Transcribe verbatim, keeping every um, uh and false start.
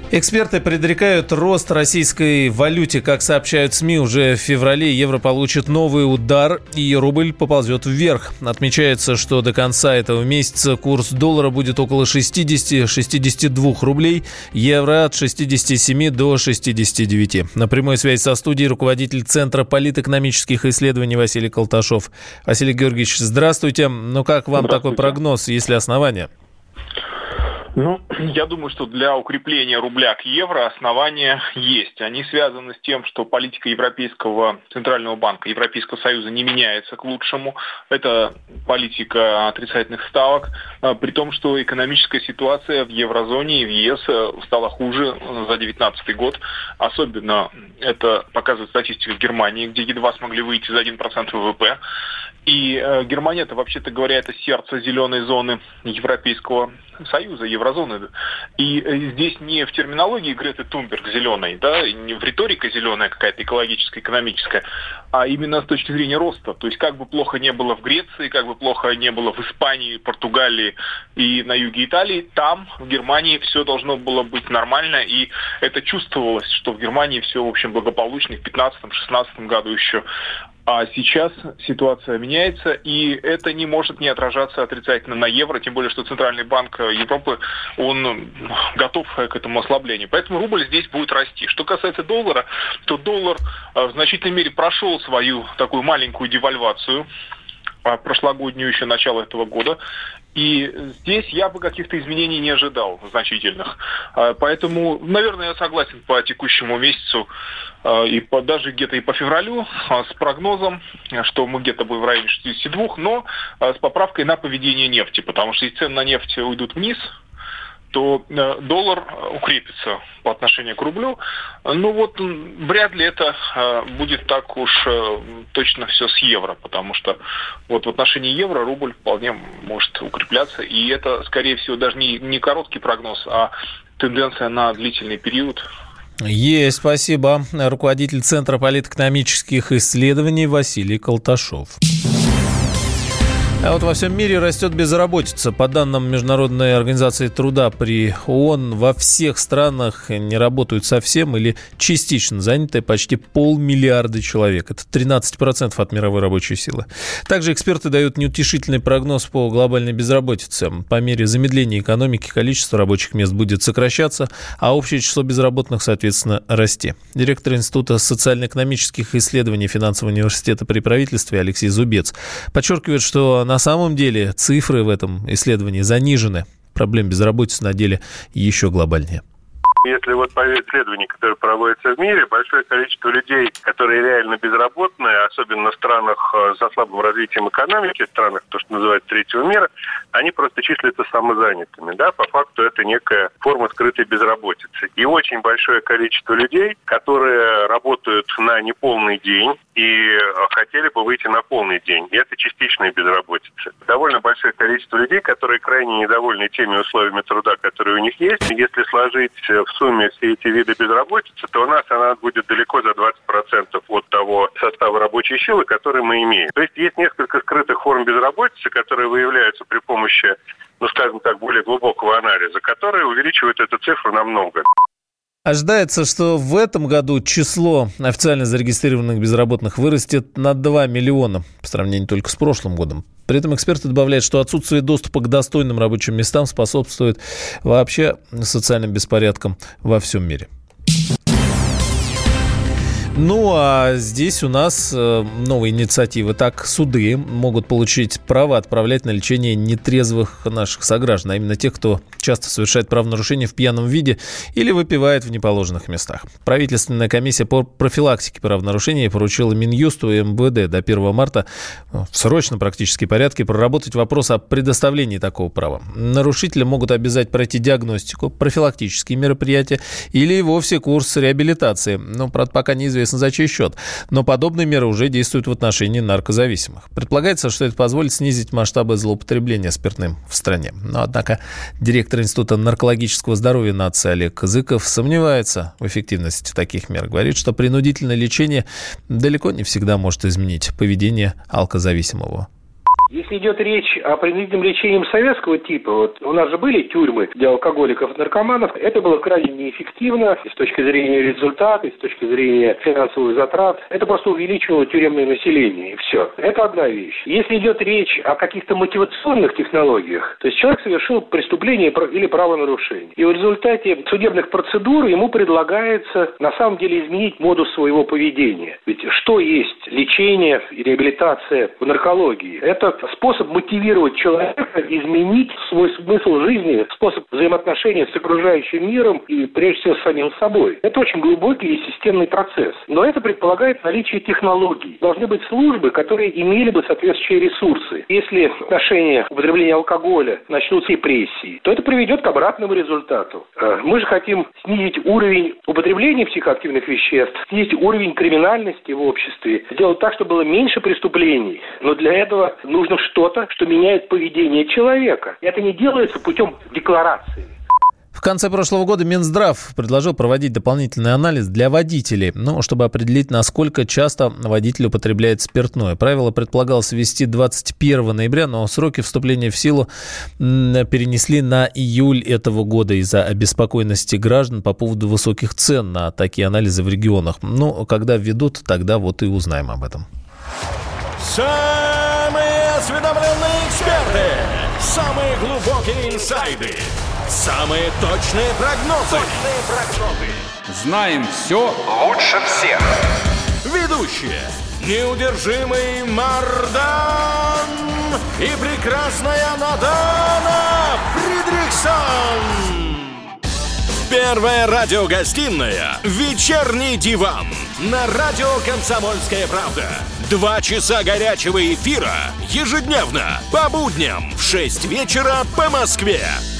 Эксперты предрекают рост российской валюте. Как сообщают СМИ, уже в феврале евро получит новый удар и рубль поползет вверх. Отмечается, что до конца этого месяца курс доллара будет около шестьдесят - шестьдесят два рублей, евро от шестьдесят семь до шестидесяти девяти. На прямой связи со студией руководитель Центра политэкономических исследований Василий Колташов. Василий Георгиевич, здравствуйте. Ну как вам такой прогноз, есть ли основания? Ну, я думаю, что для укрепления рубля к евро основания есть. Они связаны с тем, что политика Европейского Центрального банка, Европейского Союза не меняется к лучшему. Это политика отрицательных ставок, при том, что экономическая ситуация в еврозоне и в ЕС стала хуже за две тысячи девятнадцатый год. Особенно это показывает статистика Германии, где едва смогли выйти за один процент ВВП. И э, Германия, это, вообще-то говоря, это сердце зеленой зоны Европейского Союза, еврозоны. И э, здесь не в терминологии Греты Тунберг зеленой, да, не в риторике зеленая какая-то экологическая, экономическая, а именно с точки зрения роста. То есть как бы плохо не было в Греции, как бы плохо не было в Испании, Португалии и на юге Италии, там, в Германии, все должно было быть нормально. И это чувствовалось, что в Германии все, в общем, благополучно в пятнадцатом-шестнадцатом году еще. А сейчас ситуация меняется, и это не может не отражаться отрицательно на евро, тем более, что Центральный банк Европы, он готов к этому ослаблению. Поэтому рубль здесь будет расти. Что касается доллара, то доллар в значительной мере прошел свою такую маленькую девальвацию, прошлогоднюю еще начало этого года. И здесь я бы каких-то изменений не ожидал значительных. Поэтому, наверное, я согласен по текущему месяцу и по, даже где-то и по февралю с прогнозом, что мы где-то будем в районе шестидесяти двух, но с поправкой на поведение нефти. Потому что если цены на нефть уйдут вниз, то доллар укрепится по отношению к рублю. Ну вот, вряд ли это будет так уж точно все с евро, потому что вот в отношении евро рубль вполне может укрепляться, и это, скорее всего, даже не, не короткий прогноз, а тенденция на длительный период. Есть, спасибо. Руководитель Центра политэкономических исследований Василий Колташов. А вот во всем мире растет безработица. По данным Международной организации труда при ООН, во всех странах не работают совсем или частично заняты почти полмиллиарда человек. Это тринадцать процентов от мировой рабочей силы. Также эксперты дают неутешительный прогноз по глобальной безработице. По мере замедления экономики количество рабочих мест будет сокращаться, а общее число безработных, соответственно, расти. Директор Института социально-экономических исследований Финансового университета при правительстве Алексей Зубец подчеркивает, что на самом деле цифры в этом исследовании занижены. Проблема безработицы на деле еще глобальнее. Если вот по исследованию, которое проводится в мире, большое количество людей, которые реально безработные, особенно в странах со слабым развитием экономики, в странах, то, что называется, третьего мира, они просто числятся самозанятыми. Да? По факту это некая форма скрытой безработицы. И очень большое количество людей, которые работают на неполный день и хотели бы выйти на полный день. И это частичная безработица. Довольно большое количество людей, которые крайне недовольны теми условиями труда, которые у них есть. Если сложить в сумме все эти виды безработицы, то у нас она будет далеко за двадцать процентов от того состава рабочей силы, который мы имеем. То есть есть несколько скрытых форм безработицы, которые выявляются при помощи, ну скажем так, более глубокого анализа, которые увеличивают эту цифру намного. Ожидается, что в этом году число официально зарегистрированных безработных вырастет на два миллиона по сравнению только с прошлым годом. При этом эксперты добавляют, что отсутствие доступа к достойным рабочим местам способствует вообще социальным беспорядкам во всем мире. Ну, а здесь у нас новые инициативы. Так, суды могут получить право отправлять на лечение нетрезвых наших сограждан, а именно тех, кто часто совершает правонарушения в пьяном виде или выпивает в неположенных местах. Правительственная комиссия по профилактике правонарушений поручила Минюсту и эм вэ дэ до первого марта в срочном практически порядке проработать вопрос о предоставлении такого права. Нарушителя могут обязать пройти диагностику, профилактические мероприятия или вовсе курс реабилитации. Но, правда, пока неизвестно, за чей счет. Но подобные меры уже действуют в отношении наркозависимых. Предполагается, что это позволит снизить масштабы злоупотребления спиртным в стране. Но, однако, директор Института наркологического здоровья нации Олег Зыков сомневается в эффективности таких мер. Говорит, что принудительное лечение далеко не всегда может изменить поведение алкозависимого. Если идет речь о принудительном лечении советского типа, вот у нас же были тюрьмы для алкоголиков и наркоманов, это было крайне неэффективно и с точки зрения результата, и с точки зрения финансовых затрат. Это просто увеличивало тюремное население, и все. Это одна вещь. Если идет речь о каких-то мотивационных технологиях, то есть человек совершил преступление или правонарушение, и в результате судебных процедур ему предлагается на самом деле изменить модус своего поведения. Ведь что есть лечение и реабилитация в наркологии? Это способ мотивировать человека изменить свой смысл жизни, способ взаимоотношения с окружающим миром и, прежде всего, с самим собой. Это очень глубокий и системный процесс. Но это предполагает наличие технологий. Должны быть службы, которые имели бы соответствующие ресурсы. Если в отношении употребления алкоголя начнутся репрессии, то это приведет к обратному результату. Мы же хотим снизить уровень употребления психоактивных веществ, снизить уровень криминальности в обществе, сделать так, чтобы было меньше преступлений. Но для этого нужно что-то, что меняет поведение человека. Это не делается путем декларации. В конце прошлого года Минздрав предложил проводить дополнительный анализ для водителей, ну, чтобы определить, насколько часто водитель употребляет спиртное. Правило предполагалось ввести двадцать первого ноября, но сроки вступления в силу перенесли на июль этого года из-за обеспокоенности граждан по поводу высоких цен на такие анализы в регионах. Ну, когда введут, тогда вот и узнаем об этом. Самые осведомленные эксперты, самые глубокие инсайды, самые точные прогнозы. Точные прогнозы. Знаем все лучше всех. Ведущие: неудержимый Мардан и прекрасная Надана Фридрихсон. Первая радиогостинная «Вечерний диван» на радио «Комсомольская правда». Два часа горячего эфира ежедневно по будням в шесть вечера по Москве.